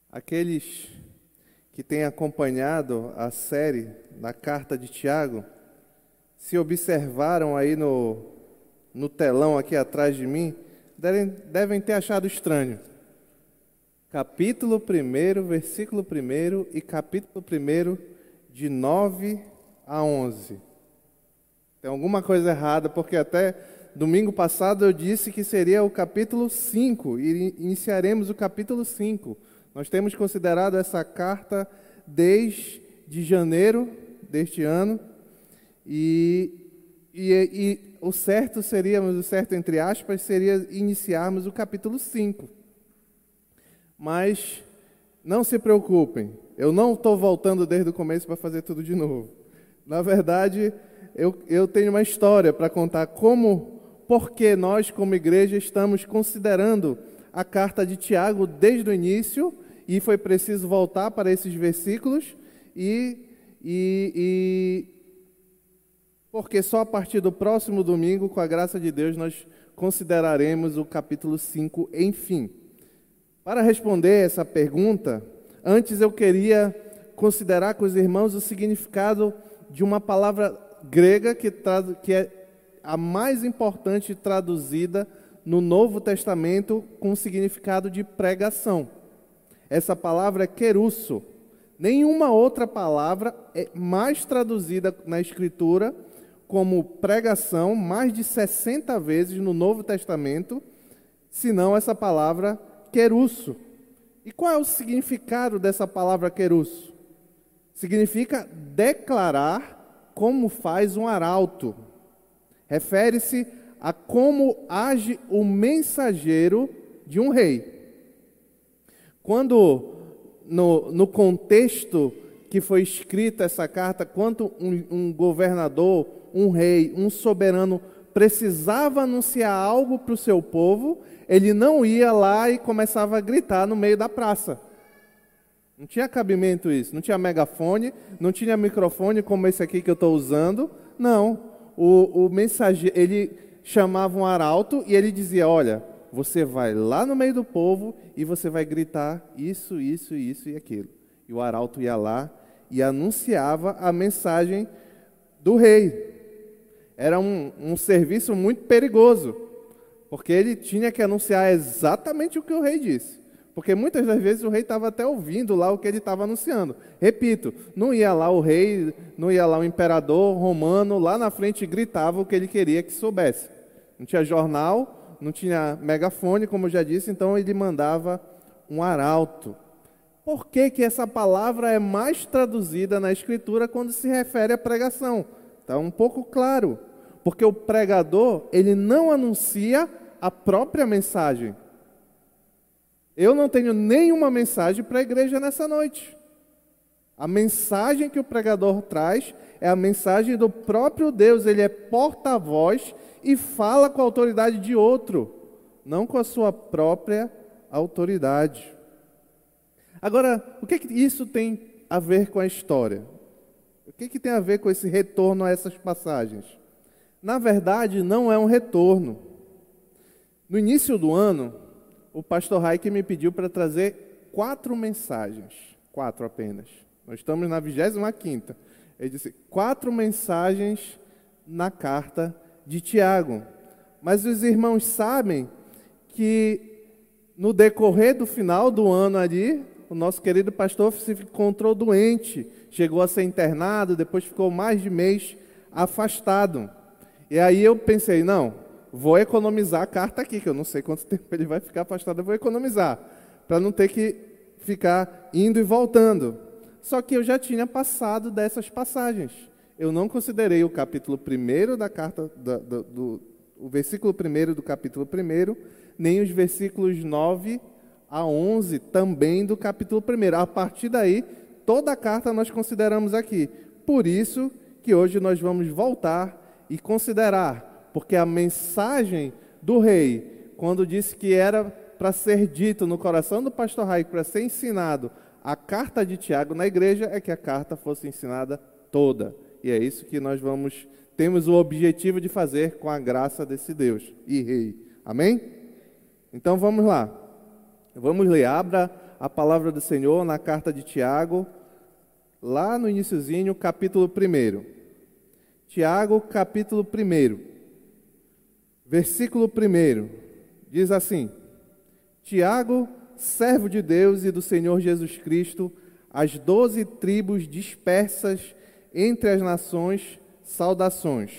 Aqueles que têm acompanhado a série da Carta de Tiago, se observaram aí no telão aqui atrás de mim, devem ter achado estranho. Capítulo 1, versículo 1 e capítulo 1, de 9 a 11. Tem alguma coisa errada, porque até domingo passado eu disse que seria o capítulo 5, e iniciaremos o capítulo 5. Nós temos considerado essa carta desde janeiro deste ano, e o certo entre aspas, seria iniciarmos o capítulo 5. Mas não se preocupem, eu não estou voltando desde o começo para fazer tudo de novo. Na verdade, eu tenho uma história para contar porque nós, como igreja, estamos considerando a carta de Tiago desde o início, e foi preciso voltar para esses versículos, porque só a partir do próximo domingo, com a graça de Deus, nós consideraremos o capítulo 5, enfim. Para responder essa pergunta, antes eu queria considerar com os irmãos o significado de uma palavra grega que é a mais importante traduzida no Novo Testamento com o significado de pregação. Essa palavra é querusso. Nenhuma outra palavra é mais traduzida na Escritura como pregação, mais de 60 vezes no Novo Testamento, senão essa palavra querusso. E qual é o significado dessa palavra querusso? Significa declarar como faz um arauto. Refere-se a como age o mensageiro de um rei. Quando, no contexto que foi escrita essa carta, quando um governador, um rei, um soberano precisava anunciar algo para o seu povo, ele não ia lá e começava a gritar no meio da praça. Não tinha cabimento isso, não tinha megafone, não tinha microfone como esse aqui que eu estou usando. Não, o mensageiro, ele chamava um arauto e ele dizia: olha, você vai lá no meio do povo e você vai gritar isso, isso, isso e aquilo. E o arauto ia lá e anunciava a mensagem do rei. Era um serviço muito perigoso, porque ele tinha que anunciar exatamente o que o rei disse. Porque muitas das vezes o rei estava até ouvindo lá o que ele estava anunciando. Repito, não ia lá o rei, não ia lá o imperador romano, lá na frente gritava o que ele queria que soubesse. Não tinha jornal, não tinha megafone, como eu já disse, então ele mandava um arauto. Por que essa palavra é mais traduzida na Escritura quando se refere à pregação? Está um pouco claro. Porque o pregador, ele não anuncia a própria mensagem. Eu não tenho nenhuma mensagem para a igreja nessa noite. A mensagem que o pregador traz é a mensagem do próprio Deus. Ele é porta-voz e fala com a autoridade de outro, não com a sua própria autoridade. Agora, o que isso tem a ver com a história? O que tem a ver com esse retorno a essas passagens? Na verdade, não é um retorno. No início do ano, o pastor Raik me pediu para trazer 4 mensagens. 4 apenas. Nós estamos na 25ª. Ele disse 4 mensagens na carta de Tiago. Mas os irmãos sabem que no decorrer do final do ano ali, o nosso querido pastor se encontrou doente, chegou a ser internado, depois ficou mais de mês afastado. E aí eu pensei, não, vou economizar a carta aqui, que eu não sei quanto tempo ele vai ficar afastado, eu vou economizar, para não ter que ficar indo e voltando. Só que eu já tinha passado dessas passagens. Eu não considerei o capítulo 1 da carta, o versículo 1 do capítulo 1, nem os versículos 9 a 11 também do capítulo 1. A partir daí, toda a carta nós consideramos aqui. Por isso que hoje nós vamos voltar e considerar, porque a mensagem do rei, quando disse que era para ser dito no coração do pastor Raik, para ser ensinado a carta de Tiago na igreja, é que a carta fosse ensinada toda. E é isso que nós temos o objetivo de fazer com a graça desse Deus e rei. Amém? Então vamos lá. Vamos ler. Abra a palavra do Senhor na carta de Tiago, lá no iniciozinho, capítulo 1. Tiago, capítulo 1, versículo 1, diz assim: Tiago, servo de Deus e do Senhor Jesus Cristo, as 12 tribos dispersas entre as nações, saudações.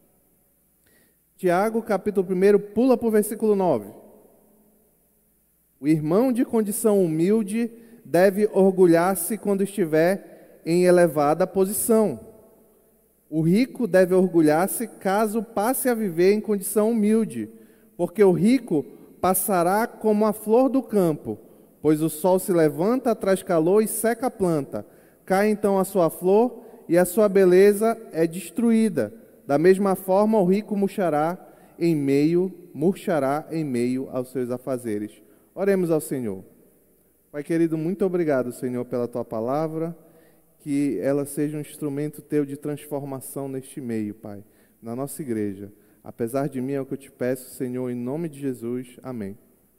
Tiago, capítulo 1, pula para o versículo 9. O irmão de condição humilde deve orgulhar-se quando estiver em elevada posição. O rico deve orgulhar-se caso passe a viver em condição humilde, porque o rico passará como a flor do campo, pois o sol se levanta, traz calor e seca a planta. Cai então a sua flor e a sua beleza é destruída. Da mesma forma, o rico murchará em meio aos seus afazeres. Oremos ao Senhor. Pai querido, muito obrigado, Senhor, pela Tua palavra, que ela seja um instrumento Teu de transformação neste meio, Pai, na nossa igreja. Apesar de mim, é o que eu te peço, Senhor, em nome de Jesus. Amém.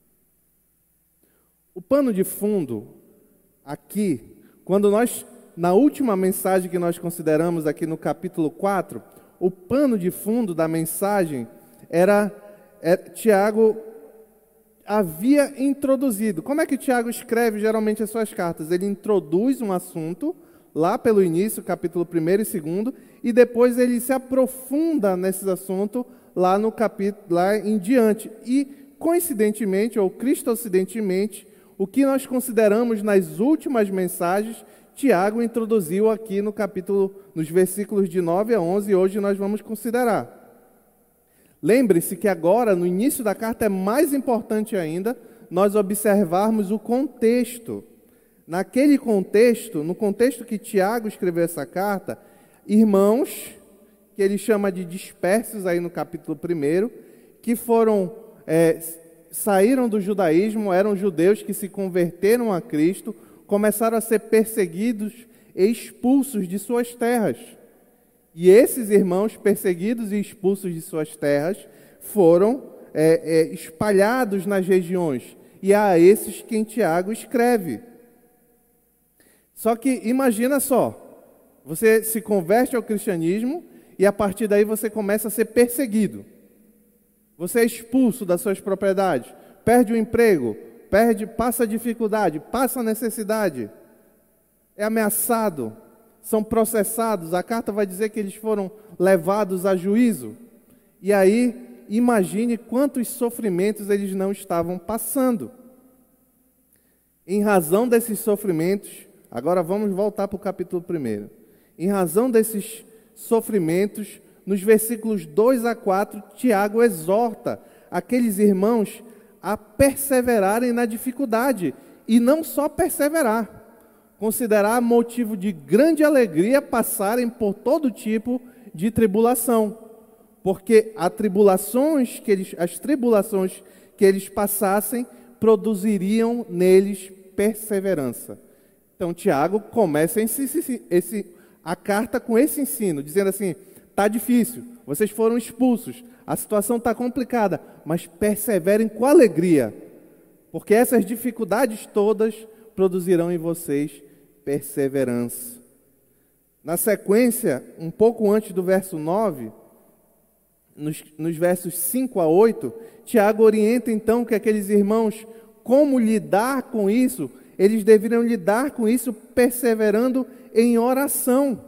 O pano de fundo, aqui, quando nós, na última mensagem que nós consideramos aqui no capítulo 4, o pano de fundo da mensagem era Tiago havia introduzido. Como é que Tiago escreve geralmente as suas cartas? Ele introduz um assunto, lá pelo início, capítulo 1 e 2, e depois ele se aprofunda nesses assuntos lá no capítulo, lá em diante. E, coincidentemente, ou cristocidentemente, o que nós consideramos nas últimas mensagens, Tiago introduziu aqui no capítulo, nos versículos de 9 a 11, e hoje nós vamos considerar. Lembre-se que agora, no início da carta, é mais importante ainda nós observarmos o contexto. Naquele contexto, no contexto que Tiago escreveu essa carta, irmãos, que ele chama de dispersos aí no capítulo 1, que saíram do judaísmo, eram judeus que se converteram a Cristo, começaram a ser perseguidos e expulsos de suas terras. E esses irmãos perseguidos e expulsos de suas terras foram espalhados nas regiões. E é a esses quem Tiago escreve. Só que imagina só, você se converte ao cristianismo e a partir daí você começa a ser perseguido. Você é expulso das suas propriedades, perde o emprego, passa dificuldade, passa necessidade, é ameaçado, são processados. A carta vai dizer que eles foram levados a juízo. E aí, imagine quantos sofrimentos eles não estavam passando. Em razão desses sofrimentos, agora vamos voltar para o capítulo 1. Em razão desses sofrimentos, nos versículos 2 a 4, Tiago exorta aqueles irmãos a perseverarem na dificuldade. E não só perseverar, considerar motivo de grande alegria passarem por todo tipo de tribulação, porque as tribulações que eles passassem produziriam neles perseverança. Então Tiago começa a carta com esse ensino, dizendo assim: está difícil, vocês foram expulsos, a situação está complicada, mas perseverem com alegria, porque essas dificuldades todas produzirão em vocês perseverança. Na sequência, um pouco antes do verso 9, nos versos 5 a 8, Tiago orienta então que aqueles irmãos, como lidar com isso, eles deveriam lidar com isso perseverando em oração.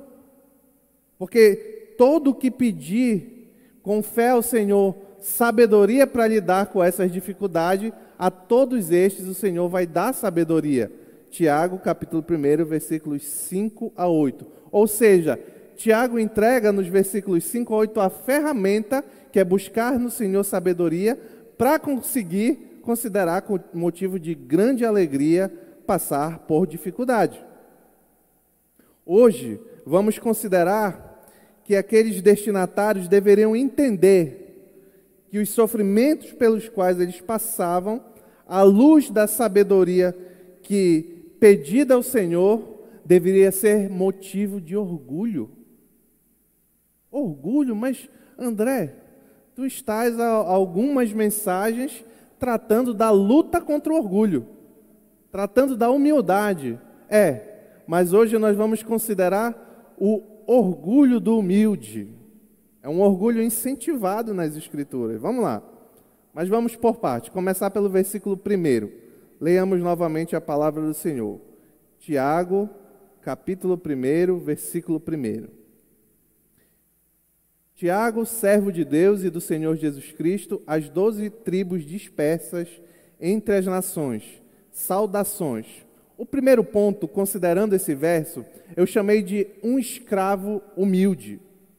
Porque todo que pedir com fé ao Senhor sabedoria para lidar com essas dificuldades, a todos estes o Senhor vai dar sabedoria. Tiago, capítulo 1, versículos 5 a 8. Ou seja, Tiago entrega nos versículos 5 a 8 a ferramenta que é buscar no Senhor sabedoria para conseguir considerar com motivo de grande alegria passar por dificuldade. Hoje, vamos considerar que aqueles destinatários deveriam entender que os sofrimentos pelos quais eles passavam, à luz da sabedoria que pedida ao Senhor, deveria ser motivo de orgulho. Orgulho? Mas, André, tu estás há algumas mensagens tratando da luta contra o orgulho. tratando da humildade. Mas hoje nós vamos considerar o orgulho do humilde. É um orgulho incentivado nas Escrituras. Vamos lá. Mas vamos por parte. Começar pelo versículo 1. Leiamos novamente a palavra do Senhor. Tiago, capítulo 1, versículo 1. Tiago, servo de Deus e do Senhor Jesus Cristo, às 12 tribos dispersas entre as nações. Saudações. O primeiro ponto, considerando esse verso, eu chamei de um escravo humilde.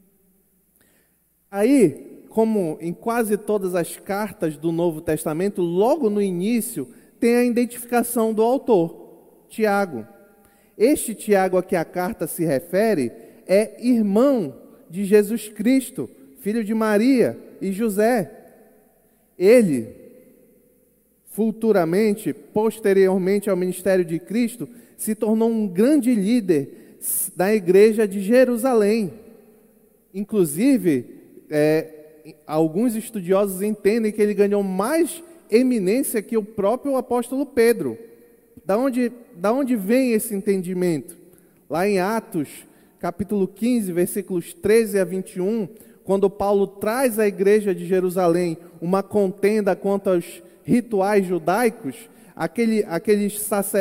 Aí, como em quase todas as cartas do Novo Testamento, logo no início tem a identificação do autor, Tiago. Este Tiago a que a carta se refere é irmão de Jesus Cristo, filho de Maria e José. Ele, futuramente, posteriormente ao ministério de Cristo, se tornou um grande líder da igreja de Jerusalém. Inclusive, alguns estudiosos entendem que ele ganhou mais eminência que o próprio apóstolo Pedro. Da onde vem esse entendimento? Lá em Atos, capítulo 15, versículos 13 a 21, quando Paulo traz à igreja de Jerusalém uma contenda contra os rituais judaicos, aqueles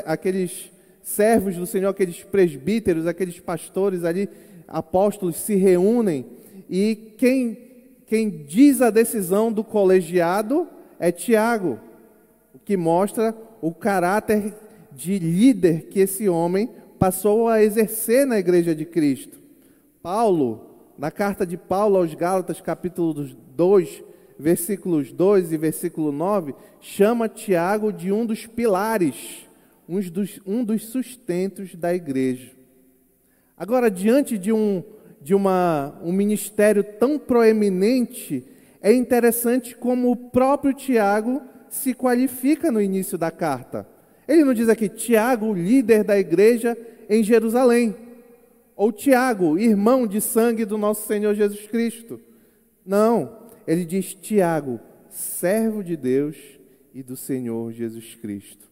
servos do Senhor, aqueles presbíteros, aqueles pastores ali, apóstolos, se reúnem, e quem diz a decisão do colegiado é Tiago, o que mostra o caráter de líder que esse homem passou a exercer na igreja de Cristo. Paulo, na carta de Paulo aos Gálatas, capítulo 2, versículos 2 e versículo 9, chama Tiago de um dos pilares, um dos sustentos da igreja. Agora, diante de um ministério tão proeminente, é interessante como o próprio Tiago se qualifica no início da carta. Ele não diz aqui, Tiago, líder da igreja em Jerusalém, ou Tiago, irmão de sangue do nosso Senhor Jesus Cristo. Não, ele diz Tiago, servo de Deus e do Senhor Jesus Cristo.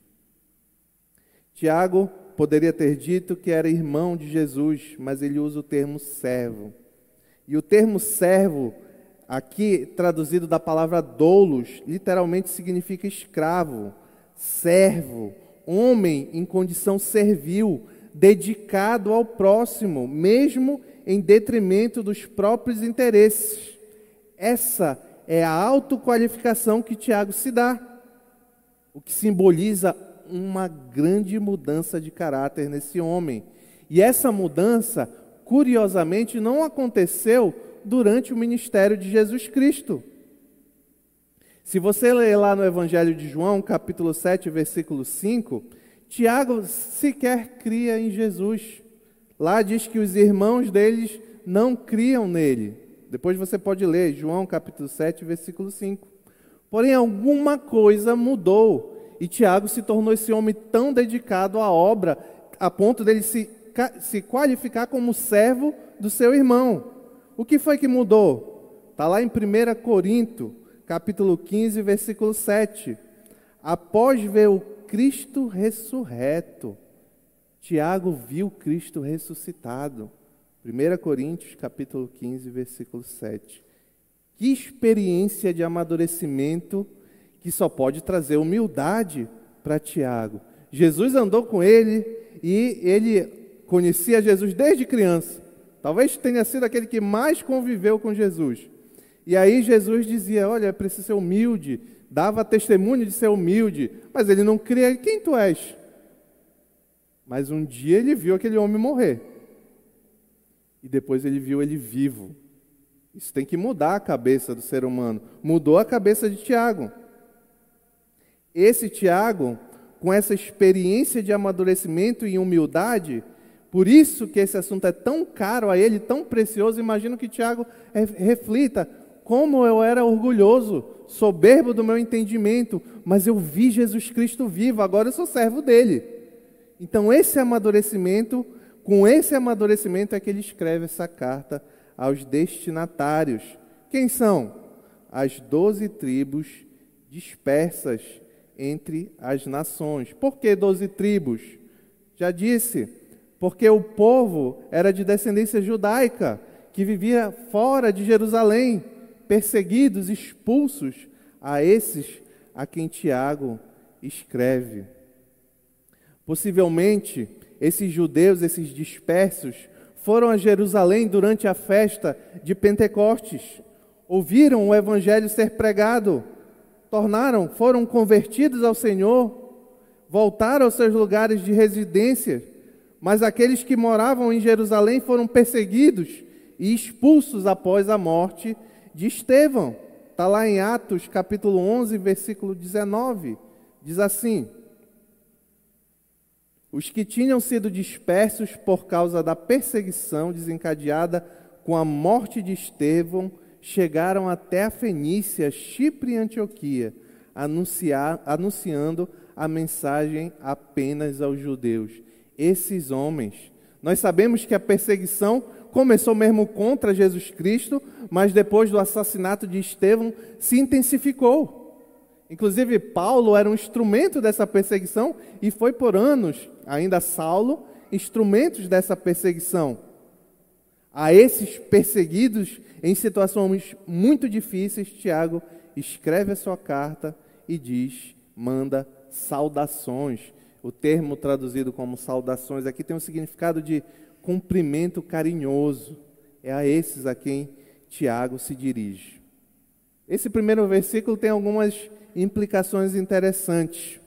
Tiago poderia ter dito que era irmão de Jesus, mas ele usa o termo servo. E o termo servo, aqui traduzido da palavra doulos, literalmente significa escravo, servo, homem em condição servil, dedicado ao próximo, mesmo em detrimento dos próprios interesses. Essa é a autoqualificação que Tiago se dá, o que simboliza uma grande mudança de caráter nesse homem. E essa mudança, curiosamente, não aconteceu durante o ministério de Jesus Cristo. Se você ler lá no Evangelho de João, capítulo 7, versículo 5, Tiago sequer cria em Jesus. Lá diz que os irmãos deles não criam nele. Depois você pode ler João, capítulo 7, versículo 5. Porém, alguma coisa mudou. E Tiago se tornou esse homem tão dedicado à obra, a ponto dele se qualificar como servo do seu irmão. O que foi que mudou? Está lá em 1 Corinto, capítulo 15, versículo 7. Após ver o Cristo ressurreto, Tiago viu Cristo ressuscitado. 1 Coríntios, capítulo 15, versículo 7. Que experiência de amadurecimento que só pode trazer humildade para Tiago. Jesus andou com ele e ele conhecia Jesus desde criança. Talvez tenha sido aquele que mais conviveu com Jesus. E aí Jesus dizia, olha, precisa ser humilde, dava testemunho de ser humilde, mas ele não cria, quem tu és? Mas um dia ele viu aquele homem morrer. E depois ele viu ele vivo. Isso tem que mudar a cabeça do ser humano. Mudou a cabeça de Tiago. Esse Tiago, com essa experiência de amadurecimento e humildade, por isso que esse assunto é tão caro a ele, tão precioso, imagino que Tiago reflita, como eu era orgulhoso, soberbo do meu entendimento, mas eu vi Jesus Cristo vivo, agora eu sou servo dele. Então esse amadurecimento, com esse amadurecimento é que ele escreve essa carta aos destinatários. Quem são? As 12 tribos dispersas entre as nações. Por que 12 tribos? Já disse, porque o povo era de descendência judaica, que vivia fora de Jerusalém, perseguidos, expulsos, a esses a quem Tiago escreve. Possivelmente, esses judeus, esses dispersos, foram a Jerusalém durante a festa de Pentecostes, ouviram o evangelho ser pregado, foram convertidos ao Senhor, voltaram aos seus lugares de residência, mas aqueles que moravam em Jerusalém foram perseguidos e expulsos após a morte de Estevão. Está lá em Atos capítulo 11, versículo 19, diz assim: os que tinham sido dispersos por causa da perseguição desencadeada com a morte de Estevão, chegaram até a Fenícia, Chipre e Antioquia, anunciando a mensagem apenas aos judeus. Esses homens, nós sabemos que a perseguição começou mesmo contra Jesus Cristo, mas depois do assassinato de Estevão se intensificou. Inclusive, Paulo era um instrumento dessa perseguição e foi por anos, ainda Saulo, instrumentos dessa perseguição. A esses perseguidos em situações muito difíceis, Tiago escreve a sua carta e manda saudações. O termo traduzido como saudações aqui tem um significado de cumprimento carinhoso. É a esses a quem Tiago se dirige. Esse primeiro versículo tem algumas implicações interessantes.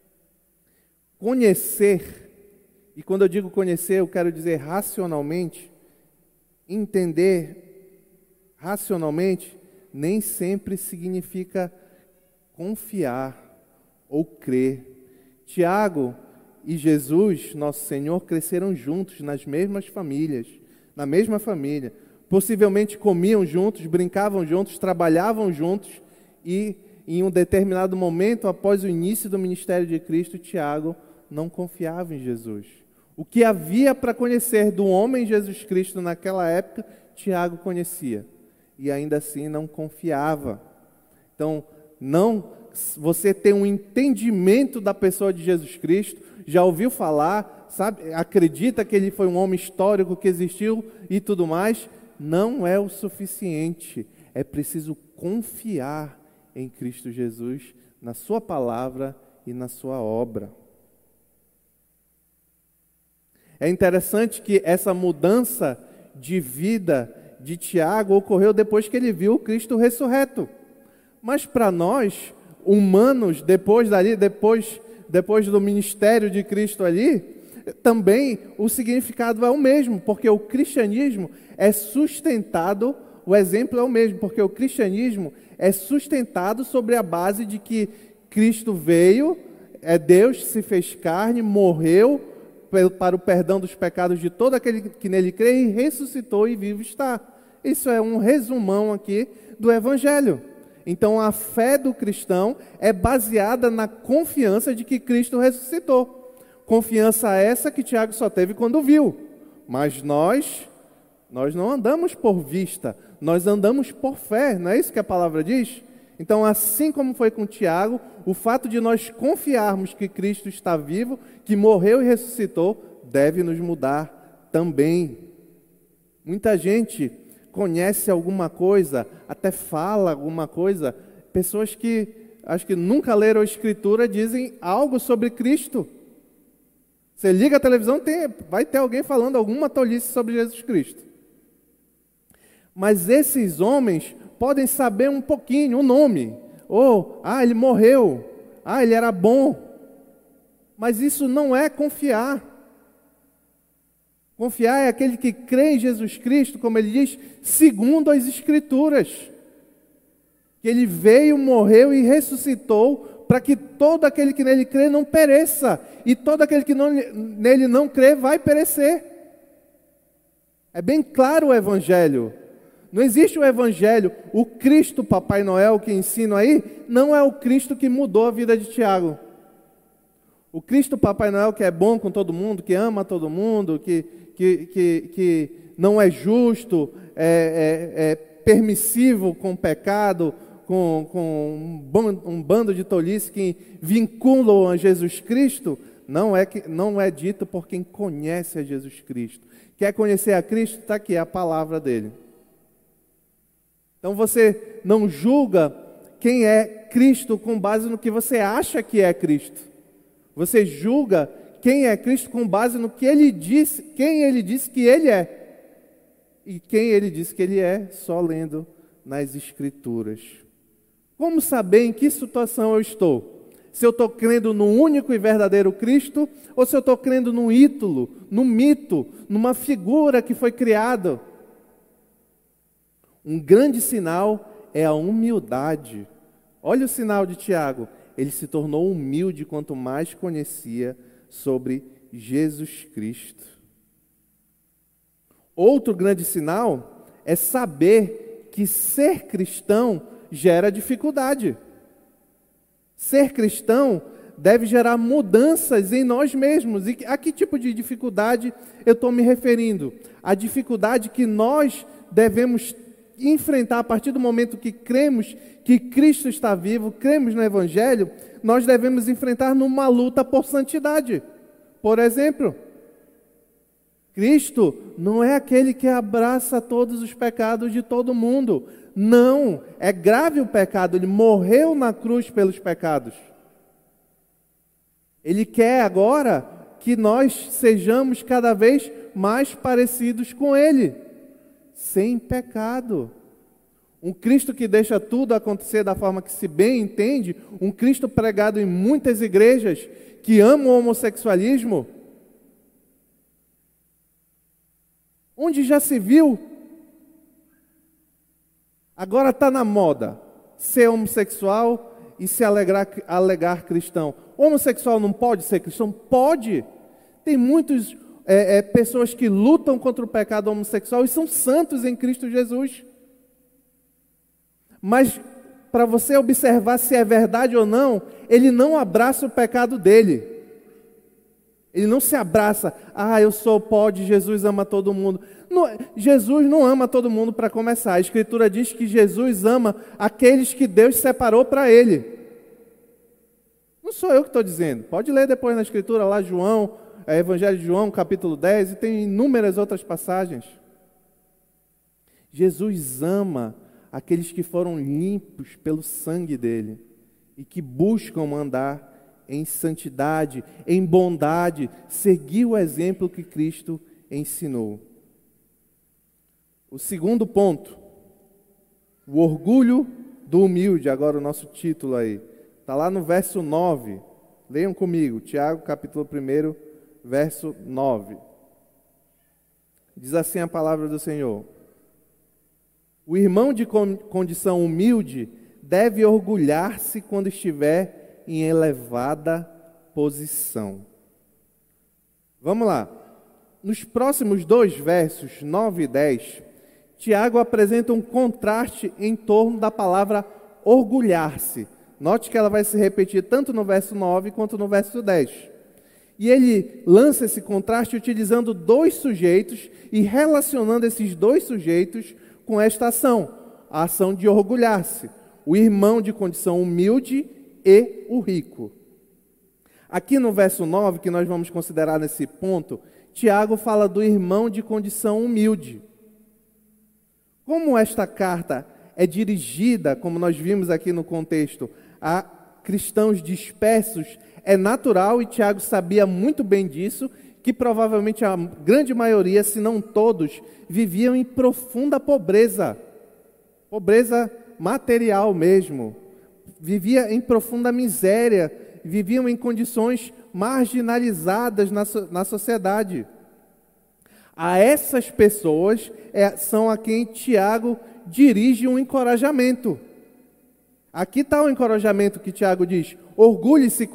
Conhecer, e quando eu digo conhecer, eu quero dizer racionalmente, entender racionalmente, nem sempre significa confiar ou crer. Tiago e Jesus, nosso Senhor, cresceram juntos nas mesmas famílias, na mesma família. Possivelmente comiam juntos, brincavam juntos, trabalhavam juntos e em um determinado momento, após o início do ministério de Cristo, Tiago não confiava em Jesus. O que havia para conhecer do homem Jesus Cristo naquela época, Tiago conhecia e ainda assim não confiava. Então, você tem um entendimento da pessoa de Jesus Cristo, já ouviu falar, sabe, acredita que ele foi um homem histórico que existiu e tudo mais, não é o suficiente. É preciso confiar em Cristo Jesus, na sua palavra e na sua obra. É interessante que essa mudança de vida de Tiago ocorreu depois que ele viu o Cristo ressurreto. Mas para nós, humanos, depois do ministério de Cristo ali, também o significado é o mesmo, porque o cristianismo é sustentado, o exemplo é o mesmo, porque o cristianismo é sustentado sobre a base de que Cristo veio, Deus se fez carne, morreu para o perdão dos pecados de todo aquele que nele crê e ressuscitou e vivo está. Isso é um resumão aqui do Evangelho. Então a fé do cristão é baseada na confiança de que Cristo ressuscitou. Confiança essa que Tiago só teve quando viu. Mas nós não andamos por vista, nós andamos por fé, não é isso que a palavra diz? Então, assim como foi com Tiago, o fato de nós confiarmos que Cristo está vivo, que morreu e ressuscitou, deve nos mudar também. Muita gente conhece alguma coisa, até fala alguma coisa, pessoas que acho que nunca leram a Escritura dizem algo sobre Cristo. Você liga a televisão, vai ter alguém falando alguma tolice sobre Jesus Cristo. Mas esses homens podem saber um pouquinho, o nome. Ele morreu. Ele era bom. Mas isso não é confiar. Confiar é aquele que crê em Jesus Cristo, como ele diz, segundo as Escrituras. Que ele veio, morreu e ressuscitou para que todo aquele que nele crê não pereça. E todo aquele que nele não crê vai perecer. É bem claro o Evangelho. Não existe o Evangelho, o Cristo Papai Noel que ensino aí, não é o Cristo que mudou a vida de Tiago. O Cristo Papai Noel que é bom com todo mundo, que ama todo mundo, que não é justo, é permissivo com o pecado, com um bando de tolice que vinculam a Jesus Cristo, não é dito por quem conhece a Jesus Cristo. Quer conhecer a Cristo? Está aqui a palavra dele. Então você não julga quem é Cristo com base no que você acha que é Cristo. Você julga quem é Cristo com base no que ele disse, quem ele disse que ele é. E quem ele disse que ele é, só lendo nas Escrituras. Como saber em que situação eu estou? Se eu estou crendo no único e verdadeiro Cristo, ou se eu estou crendo num ídolo, num mito, numa figura que foi criada. Um grande sinal é a humildade. Olha o sinal de Tiago. Ele se tornou humilde quanto mais conhecia sobre Jesus Cristo. Outro grande sinal é saber que ser cristão gera dificuldade. Ser cristão deve gerar mudanças em nós mesmos. E a que tipo de dificuldade eu estou me referindo? A dificuldade que nós devemos enfrentar a partir do momento que cremos que Cristo está vivo, cremos no Evangelho, nós devemos enfrentar numa luta por santidade. Por exemplo, Cristo não é aquele que abraça todos os pecados de todo mundo. Não, é grave o pecado, ele morreu na cruz pelos pecados. Ele quer agora que nós sejamos cada vez mais parecidos com ele, sem pecado. Um Cristo que deixa tudo acontecer da forma que se bem entende, um Cristo pregado em muitas igrejas que ama o homossexualismo. Onde já se viu? Agora está na moda ser homossexual e se alegar cristão. Homossexual não pode ser cristão? Pode. Tem muitas pessoas que lutam contra o pecado homossexual e são santos em Cristo Jesus. Mas para você observar se é verdade ou não, ele não abraça o pecado dele. Ele não se abraça, eu sou pode, Jesus ama todo mundo. Não, Jesus não ama todo mundo para começar. A Escritura diz que Jesus ama aqueles que Deus separou para ele. Não sou eu que estou dizendo. Pode ler depois na Escritura lá, João, Evangelho de João, capítulo 10, e tem inúmeras outras passagens. Jesus ama aqueles que foram limpos pelo sangue dele e que buscam andar em santidade, em bondade, seguir o exemplo que Cristo ensinou. O segundo ponto, o orgulho do humilde, agora o nosso título aí, está lá no verso 9, leiam comigo, Tiago capítulo 1, verso 9. Diz assim a palavra do Senhor: o irmão de condição humilde deve orgulhar-se quando estiver em elevada posição. Vamos lá. Nos próximos 2 versos, 9 e 10, Tiago apresenta um contraste em torno da palavra orgulhar-se. Note que ela vai se repetir tanto no verso 9 quanto no verso 10. E ele lança esse contraste utilizando 2 sujeitos e relacionando esses 2 sujeitos com esta ação, a ação de orgulhar-se. O irmão de condição humilde e o rico. Aqui no verso 9, que nós vamos considerar nesse ponto, Tiago fala do irmão de condição humilde. Como esta carta é dirigida, como nós vimos aqui no contexto, a cristãos dispersos, é natural, e Tiago sabia muito bem disso, que provavelmente a grande maioria, se não todos, viviam em profunda pobreza. Pobreza material mesmo. Vivia em profunda miséria, viviam em condições marginalizadas na sociedade. A essas pessoas são a quem Tiago dirige um encorajamento. Aqui está o encorajamento que Tiago diz: orgulhe-se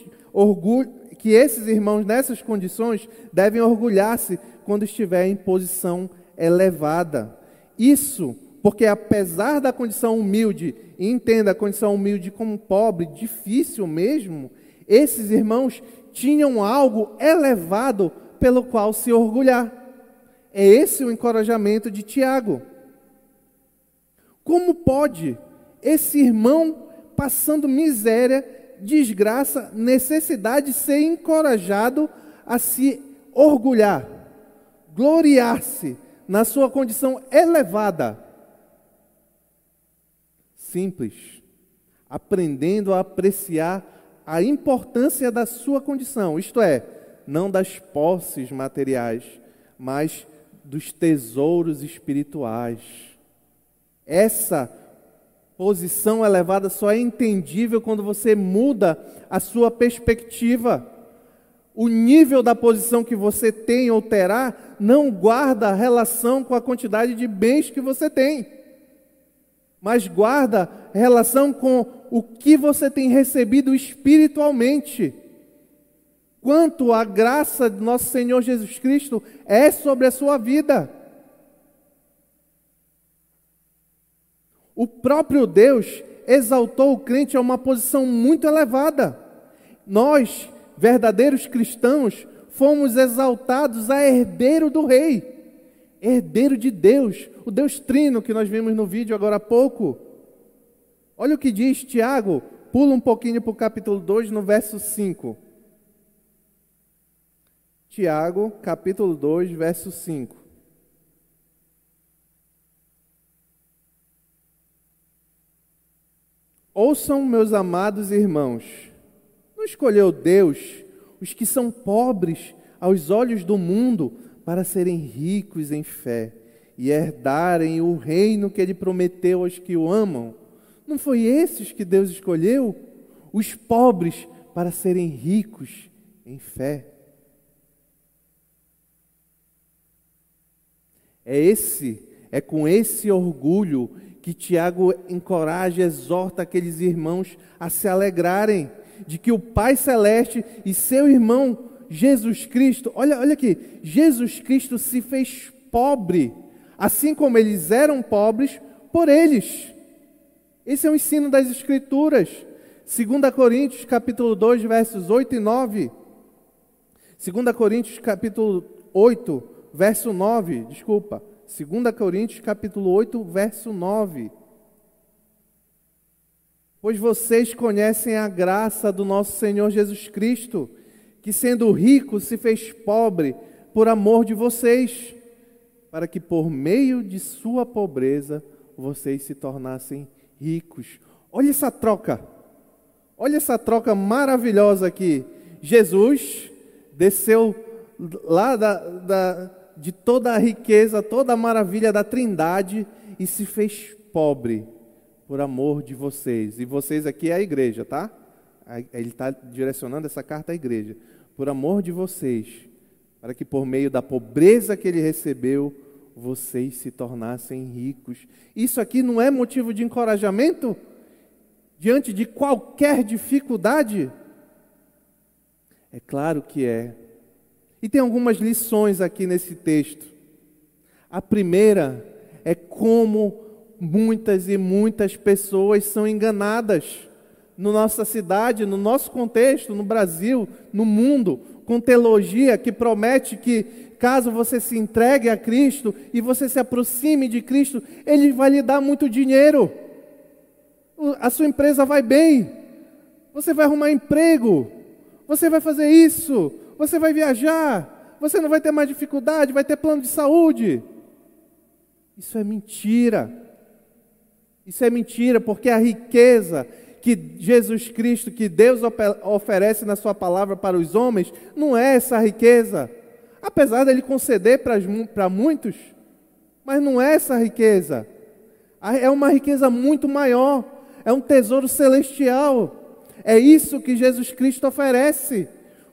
que esses irmãos nessas condições devem orgulhar-se quando estiver em posição elevada. Isso porque apesar da condição humilde, e entenda a condição humilde como pobre, difícil mesmo, esses irmãos tinham algo elevado pelo qual se orgulhar. É esse o encorajamento de Tiago. Como pode esse irmão passando miséria, desgraça, necessidade, ser encorajado a se orgulhar, gloriar-se na sua condição elevada. Simples, aprendendo a apreciar a importância da sua condição, isto é, não das posses materiais, mas dos tesouros espirituais. Essa posição elevada só é entendível quando você muda a sua perspectiva. O nível da posição que você tem ou terá não guarda relação com a quantidade de bens que você tem, mas guarda relação com o que você tem recebido espiritualmente. Quanto a graça de nosso Senhor Jesus Cristo é sobre a sua vida. O próprio Deus exaltou o crente a uma posição muito elevada. Nós, verdadeiros cristãos, fomos exaltados a herdeiro do Rei, herdeiro de Deus, o Deus Trino que nós vimos no vídeo agora há pouco. Olha o que diz Tiago, pula um pouquinho para o capítulo 2, no verso 5. Tiago, capítulo 2, verso 5. Ouçam, meus amados irmãos, não escolheu Deus os que são pobres aos olhos do mundo para serem ricos em fé e herdarem o reino que Ele prometeu aos que o amam? Não foi esses que Deus escolheu? Os pobres para serem ricos em fé. É com esse orgulho que Tiago encoraja e exorta aqueles irmãos a se alegrarem de que o Pai Celeste e seu irmão Jesus Cristo, olha aqui, Jesus Cristo se fez pobre, assim como eles eram pobres por eles. Esse é o ensino das Escrituras. 2 Coríntios capítulo 2, versos 8 e 9. 2 Coríntios capítulo 8, verso 9, desculpa. 2 Coríntios capítulo 8, verso 9. Pois vocês conhecem a graça do nosso Senhor Jesus Cristo, que sendo rico se fez pobre por amor de vocês, para que por meio de sua pobreza vocês se tornassem ricos. Olha essa troca maravilhosa aqui. Jesus desceu lá de toda a riqueza, toda a maravilha da Trindade e se fez pobre por amor de vocês. E vocês aqui é a igreja, tá? Ele está direcionando essa carta à igreja. Por amor de vocês, para que por meio da pobreza que ele recebeu, vocês se tornassem ricos. Isso aqui não é motivo de encorajamento? Diante de qualquer dificuldade? É claro que é. E tem algumas lições aqui nesse texto. A primeira é como muitas e muitas pessoas são enganadas na nossa cidade, no nosso contexto, no Brasil, no mundo, com teologia que promete que caso você se entregue a Cristo e você se aproxime de Cristo, Ele vai lhe dar muito dinheiro. A sua empresa vai bem, você vai arrumar emprego, você vai fazer isso, você vai viajar, você não vai ter mais dificuldade, vai ter plano de saúde. Isso é mentira. Isso é mentira, porque a riqueza que Jesus Cristo, que Deus oferece na sua palavra para os homens, não é essa riqueza. Apesar dele conceder para muitos, mas não é essa riqueza. É uma riqueza muito maior, é um tesouro celestial. É isso que Jesus Cristo oferece.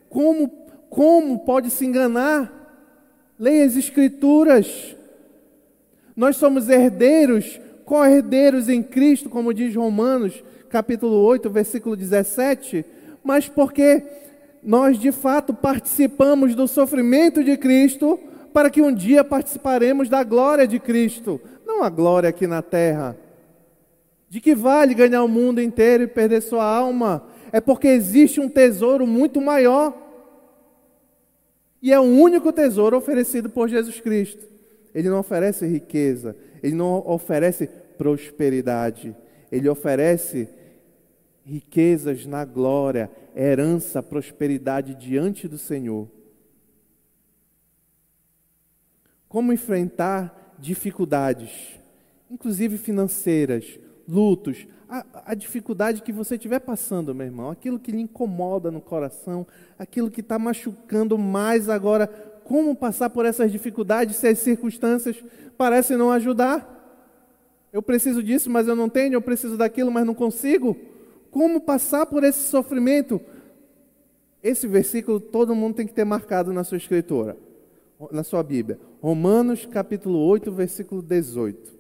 Como pode se enganar? Leia as Escrituras. Nós somos herdeiros, co-herdeiros em Cristo, como diz Romanos, capítulo 8, versículo 17, mas porque nós de fato participamos do sofrimento de Cristo, para que um dia participaremos da glória de Cristo, não a glória aqui na terra. De que vale ganhar o mundo inteiro e perder sua alma? É porque existe um tesouro muito maior, e é o único tesouro oferecido por Jesus Cristo. Ele não oferece riqueza, Ele não oferece prosperidade. Ele oferece riquezas na glória, herança, prosperidade diante do Senhor. Como enfrentar dificuldades, inclusive financeiras, lutos, a dificuldade que você estiver passando, meu irmão, aquilo que lhe incomoda no coração, aquilo que está machucando mais agora, como passar por essas dificuldades se as circunstâncias parecem não ajudar? Eu preciso disso, mas eu não tenho, eu preciso daquilo, mas não consigo. Como passar por esse sofrimento? Esse versículo todo mundo tem que ter marcado na sua escritura, na sua Bíblia. Romanos capítulo 8, versículo 18.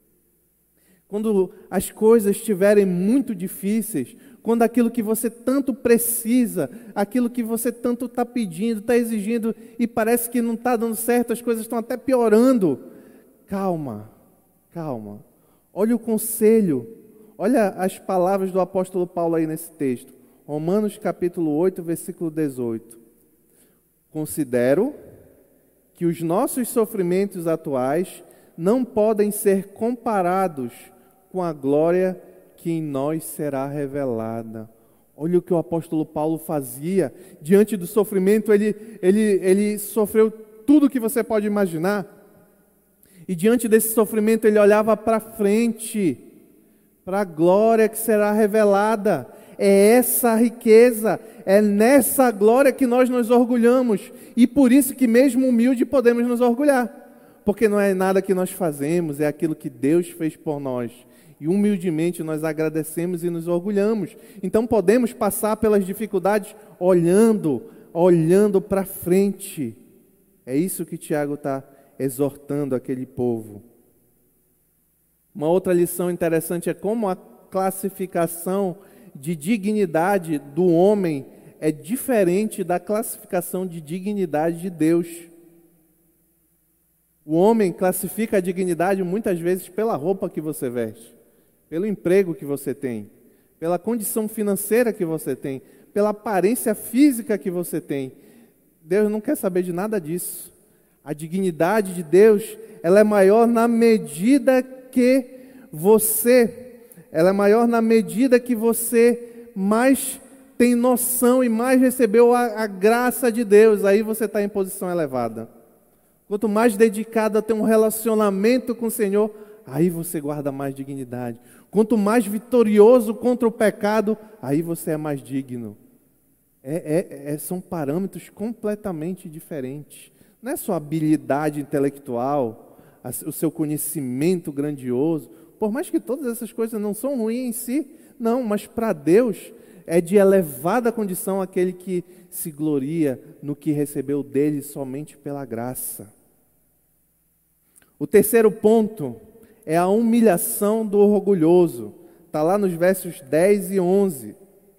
Quando as coisas estiverem muito difíceis, quando aquilo que você tanto precisa, aquilo que você tanto está pedindo, está exigindo e parece que não está dando certo, as coisas estão até piorando. Calma, calma. Olha o conselho, olha as palavras do apóstolo Paulo aí nesse texto. Romanos capítulo 8, versículo 18. Considero que os nossos sofrimentos atuais não podem ser comparados com a glória que em nós será revelada. Olha o que o apóstolo Paulo fazia diante do sofrimento. Ele sofreu tudo que você pode imaginar. E diante desse sofrimento ele olhava para frente, para a glória que será revelada. É essa a riqueza, é nessa glória que nós nos orgulhamos. E por isso que mesmo humilde podemos nos orgulhar. Porque não é nada que nós fazemos, é aquilo que Deus fez por nós. E humildemente nós agradecemos e nos orgulhamos. Então podemos passar pelas dificuldades olhando para frente. É isso que Tiago está exortando aquele povo. Uma outra lição interessante é como a classificação de dignidade do homem é diferente da classificação de dignidade de Deus. O homem classifica a dignidade muitas vezes pela roupa que você veste, pelo emprego que você tem, pela condição financeira que você tem, pela aparência física que você tem. Deus não quer saber de nada disso. A dignidade de Deus, ela é maior na medida que você mais tem noção e mais recebeu a graça de Deus. Aí você está em posição elevada. Quanto mais dedicado a ter um relacionamento com o Senhor, aí você guarda mais dignidade. Quanto mais vitorioso contra o pecado, aí você é mais digno. São parâmetros completamente diferentes. Não é só habilidade intelectual, o seu conhecimento grandioso. Por mais que todas essas coisas não são ruins em si, não, mas para Deus é de elevada condição aquele que se gloria no que recebeu dele somente pela graça. O terceiro ponto é a humilhação do orgulhoso. Está lá nos versos 10 e 11.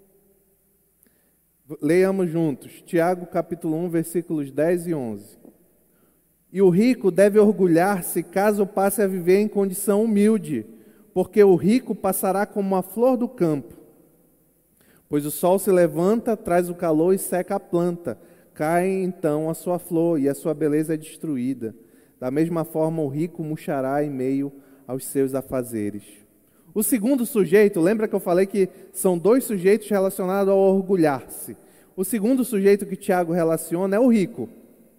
Leiamos juntos. Tiago capítulo 1, versículos 10 e 11. E o rico deve orgulhar-se caso passe a viver em condição humilde, porque o rico passará como a flor do campo. Pois o sol se levanta, traz o calor e seca a planta. Cai então a sua flor e a sua beleza é destruída. Da mesma forma o rico murchará em meio aos seus afazeres. O segundo sujeito, lembra que eu falei que são dois sujeitos relacionados ao orgulhar-se. O segundo sujeito que Tiago relaciona é o rico.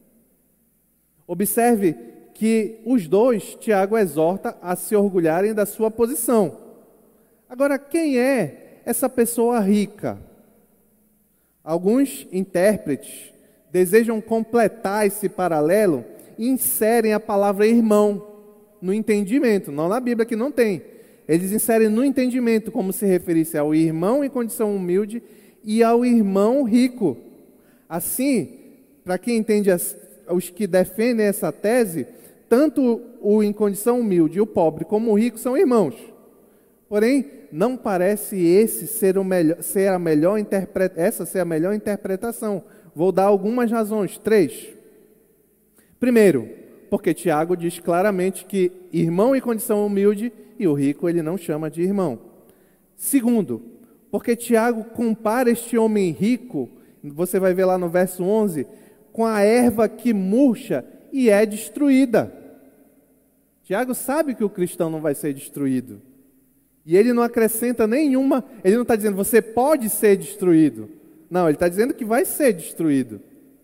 Observe que os dois, Tiago exorta a se orgulharem da sua posição. Agora, quem é essa pessoa rica? Alguns intérpretes desejam completar esse paralelo e inserem a palavra irmão no entendimento, não na Bíblia que não tem. Eles inserem no entendimento como se referisse ao irmão em condição humilde e ao irmão rico. Assim, para quem entende os que defendem essa tese, tanto o em condição humilde e o pobre como o rico são irmãos. Porém, não parece ser a melhor interpretação. Vou dar algumas razões, 3. Primeiro, porque Tiago diz claramente que irmão em condição humilde e o rico ele não chama de irmão. Segundo, porque Tiago compara este homem rico, você vai ver lá no verso 11, com a erva que murcha e é destruída. Tiago sabe que o cristão não vai ser destruído. E ele não acrescenta nenhuma, ele não está dizendo você pode ser destruído. Não, ele está dizendo que vai ser destruído.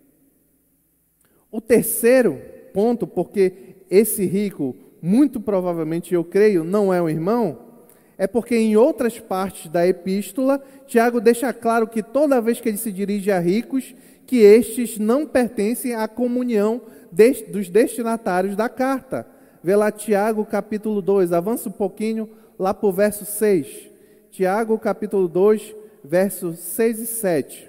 O terceiro ponto, porque esse rico, muito provavelmente eu creio, não é um irmão, é porque em outras partes da epístola, Tiago deixa claro que toda vez que ele se dirige a ricos, que estes não pertencem à comunhão dos destinatários da carta. Vê lá Tiago capítulo 2, avança um pouquinho lá para o verso 6. Tiago capítulo 2, versos 6 e 7.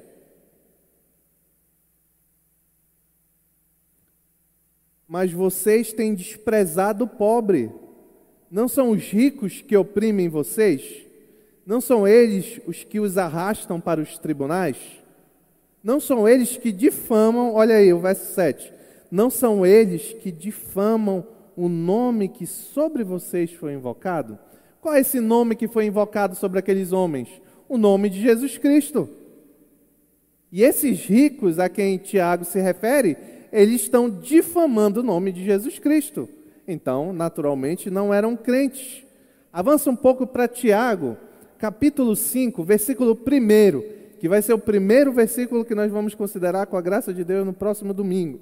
Mas vocês têm desprezado o pobre. Não são os ricos que oprimem vocês? Não são eles os que os arrastam para os tribunais? Não são eles que difamam, olha aí o verso 7. Não são eles que difamam o nome que sobre vocês foi invocado? Qual é esse nome que foi invocado sobre aqueles homens? O nome de Jesus Cristo. E esses ricos a quem Tiago se refere, eles estão difamando o nome de Jesus Cristo. Então, naturalmente, não eram crentes. Avança um pouco para Tiago, capítulo 5, versículo 1, que vai ser o primeiro versículo que nós vamos considerar com a graça de Deus no próximo domingo.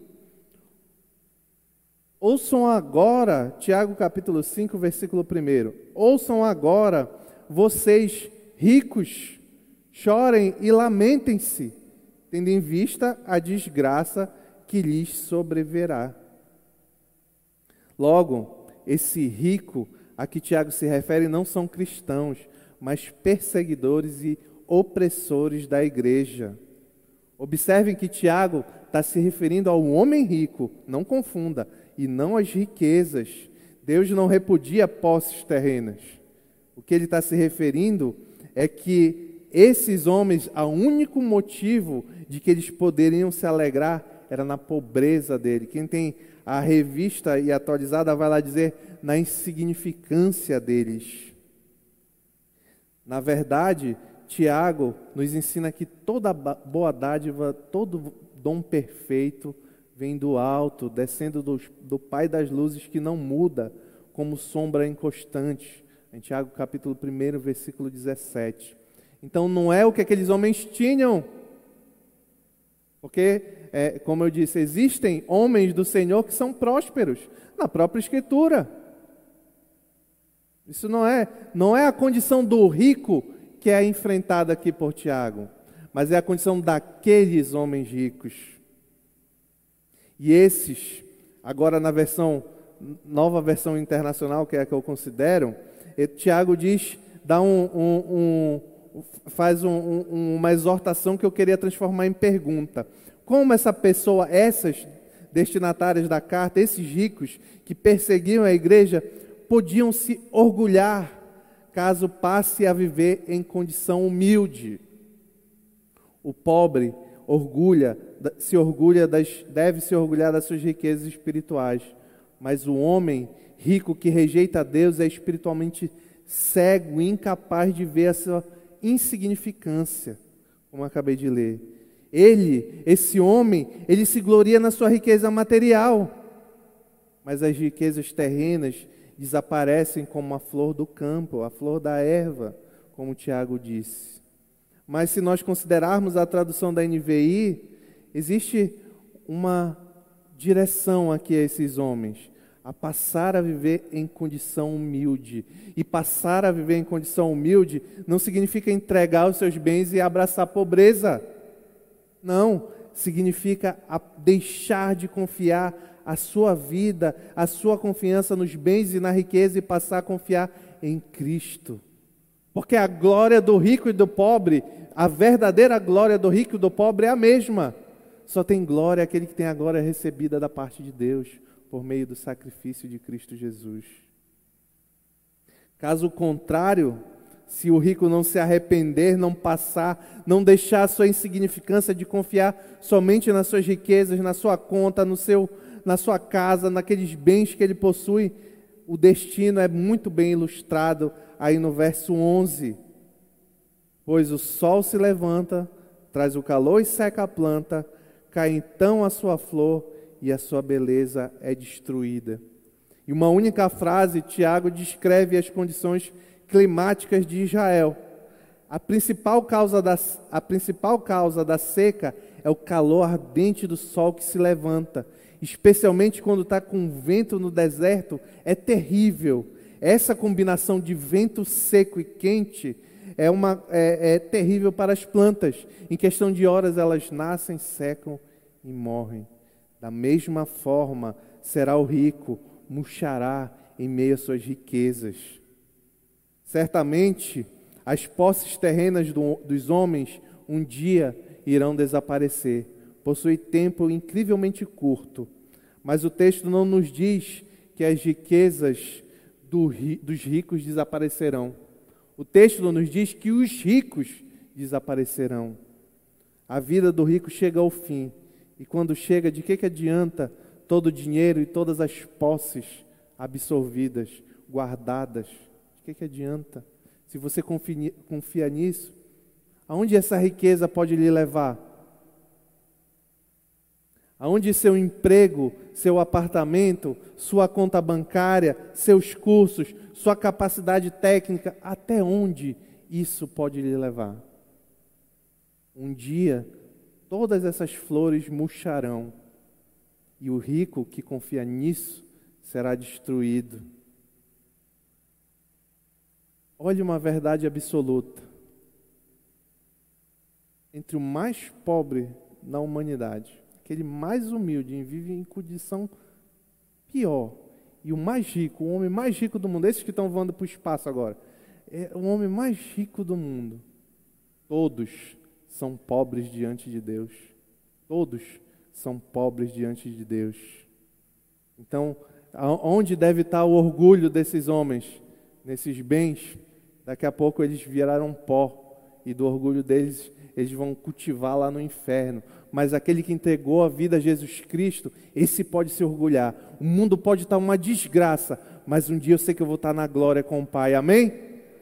Ouçam agora, Tiago capítulo 5, versículo 1. Ouçam agora, vocês ricos, chorem e lamentem-se, tendo em vista a desgraça que lhes sobrevirá. Logo, esse rico a que Tiago se refere não são cristãos, mas perseguidores e opressores da igreja. Observem que Tiago está se referindo ao homem rico, não confunda, e não às riquezas. Deus não repudia posses terrenas. O que ele está se referindo é que esses homens, o único motivo de que eles poderiam se alegrar era na pobreza dele. Quem tem a revista e atualizada vai lá dizer na insignificância deles. Na verdade, Tiago nos ensina que toda boa dádiva, todo dom perfeito vem do alto, descendo do Pai das luzes, que não muda, como sombra inconstante. Em Tiago capítulo 1, versículo 17. Então não é o que aqueles homens tinham. Porque, como eu disse, existem homens do Senhor que são prósperos na própria Escritura. Isso não é a condição do rico que é enfrentada aqui por Tiago, mas é a condição daqueles homens ricos. E esses, agora na nova versão internacional, que é a que eu considero, Tiago faz uma exortação que eu queria transformar em pergunta. Como essa pessoa, essas destinatárias da carta, esses ricos que perseguiam a igreja, podiam se orgulhar caso passe a viver em condição humilde? O pobre deve se orgulhar das suas riquezas espirituais, mas o homem rico que rejeita a Deus é espiritualmente cego e incapaz de ver a sua insignificância, como eu acabei de ler. Esse homem, ele se gloria na sua riqueza material, mas as riquezas terrenas desaparecem como a flor do campo, a flor da erva, como Tiago disse. Mas se nós considerarmos a tradução da NVI, existe uma direção aqui a esses homens, a passar a viver em condição humilde. E passar a viver em condição humilde não significa entregar os seus bens e abraçar a pobreza. Não, significa deixar de confiar a sua vida, a sua confiança nos bens e na riqueza e passar a confiar em Cristo. Porque a glória do rico e do pobre, a verdadeira glória do rico e do pobre é a mesma. Só tem glória aquele que tem a glória recebida da parte de Deus, por meio do sacrifício de Cristo Jesus. Caso contrário, se o rico não se arrepender, não deixar a sua insignificância de confiar somente nas suas riquezas, na sua conta, na sua casa, naqueles bens que ele possui, o destino é muito bem ilustrado aí no verso 11. Pois o sol se levanta, traz o calor e seca a planta, cai então a sua flor e a sua beleza é destruída. Em uma única frase, Tiago descreve as condições climáticas de Israel. A principal causa da seca é o calor ardente do sol que se levanta, especialmente quando está com vento no deserto, é terrível. Essa combinação de vento seco e quente é terrível para as plantas. Em questão de horas elas nascem, secam e morrem. Da mesma forma será o rico, murchará em meio às suas riquezas. Certamente as posses terrenas dos homens um dia irão desaparecer. Possui tempo incrivelmente curto. Mas o texto não nos diz que as riquezas dos ricos desaparecerão. O texto não nos diz que os ricos desaparecerão. A vida do rico chega ao fim. E quando chega, de que adianta todo o dinheiro e todas as posses absorvidas, guardadas? De que adianta? Se você confia nisso, aonde essa riqueza pode lhe levar? Aonde seu emprego, seu apartamento, sua conta bancária, seus cursos, sua capacidade técnica, até onde isso pode lhe levar? Um dia, todas essas flores murcharão e o rico que confia nisso será destruído. Olhe uma verdade absoluta. Entre o mais pobre na humanidade, aquele mais humilde e vive em condição pior, e o mais rico, o homem mais rico do mundo, esses que estão voando para o espaço agora, é o homem mais rico do mundo. Todos são pobres diante de Deus. Todos são pobres diante de Deus. Então, onde deve estar o orgulho desses homens? Nesses bens. Daqui a pouco eles viraram pó, e do orgulho deles eles vão cultivar lá no inferno. Mas aquele que entregou a vida a Jesus Cristo, esse pode se orgulhar. O mundo pode estar uma desgraça, mas um dia eu sei que eu vou estar na glória com o Pai. Amém?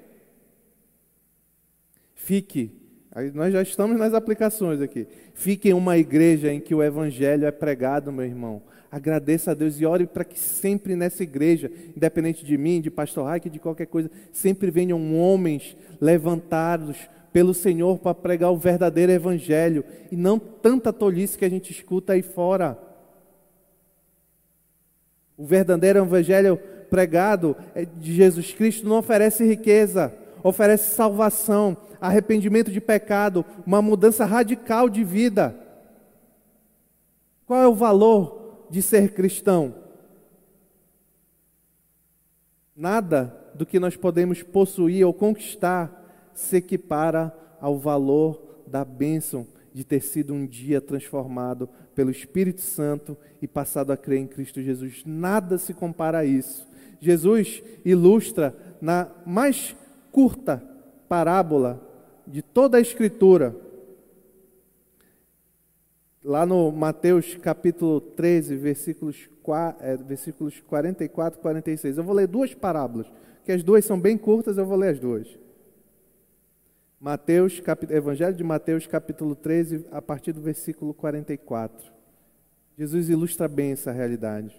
Nós já estamos nas aplicações aqui. Fique em uma igreja em que o Evangelho é pregado, meu irmão. Agradeça a Deus e ore para que sempre nessa igreja, independente de mim, de pastor Raik, de qualquer coisa, sempre venham homens levantados pelo Senhor para pregar o verdadeiro Evangelho e não tanta tolice que a gente escuta aí fora. O verdadeiro Evangelho pregado de Jesus Cristo não oferece riqueza, oferece salvação, arrependimento de pecado, uma mudança radical de vida. Qual é o valor de ser cristão? Nada do que nós podemos possuir ou conquistar se equipara ao valor da bênção de ter sido um dia transformado pelo Espírito Santo e passado a crer em Cristo Jesus. Nada se compara a isso. Jesus ilustra na mais curta parábola de toda a Escritura, lá no Mateus capítulo 13, versículos 44 e 46. Eu vou ler duas parábolas, que as duas são bem curtas, eu vou ler as duas. Evangelho de Mateus capítulo 13, a partir do versículo 44. Jesus ilustra bem essa realidade.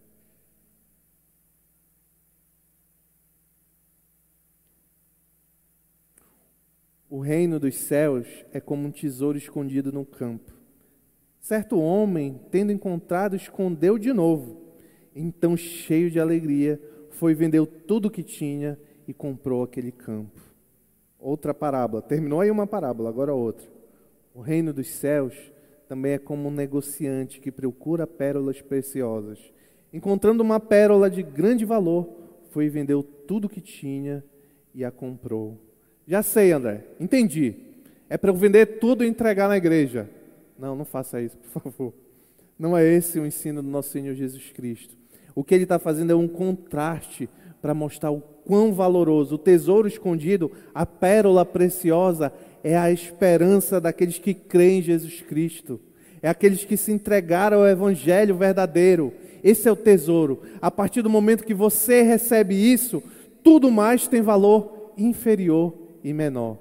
O reino dos céus é como um tesouro escondido no campo. Certo homem, tendo encontrado, escondeu de novo. Então, cheio de alegria, foi e vendeu tudo o que tinha e comprou aquele campo. Outra parábola. Terminou aí uma parábola, agora outra. O reino dos céus também é como um negociante que procura pérolas preciosas. Encontrando uma pérola de grande valor, foi e vendeu tudo o que tinha e a comprou. Já sei, André, entendi. É para eu vender tudo e entregar na igreja. Não, não faça isso, por favor. Não é esse o ensino do nosso Senhor Jesus Cristo. O que ele está fazendo é um contraste para mostrar o quão valoroso, o tesouro escondido, a pérola preciosa, é a esperança daqueles que creem em Jesus Cristo. É aqueles que se entregaram ao Evangelho verdadeiro. Esse é o tesouro. A partir do momento que você recebe isso, tudo mais tem valor inferior e menor.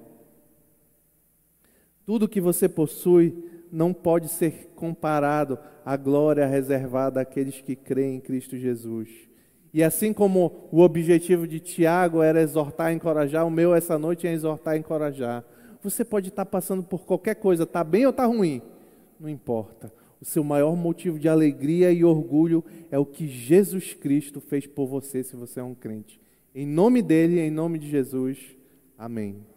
Tudo que você possui não pode ser comparado à glória reservada àqueles que creem em Cristo Jesus. E assim como o objetivo de Tiago era exortar e encorajar, o meu essa noite é exortar e encorajar. Você pode estar passando por qualquer coisa, está bem ou está ruim, não importa. O seu maior motivo de alegria e orgulho é o que Jesus Cristo fez por você, se você é um crente. Em nome dele, em nome de Jesus, amém.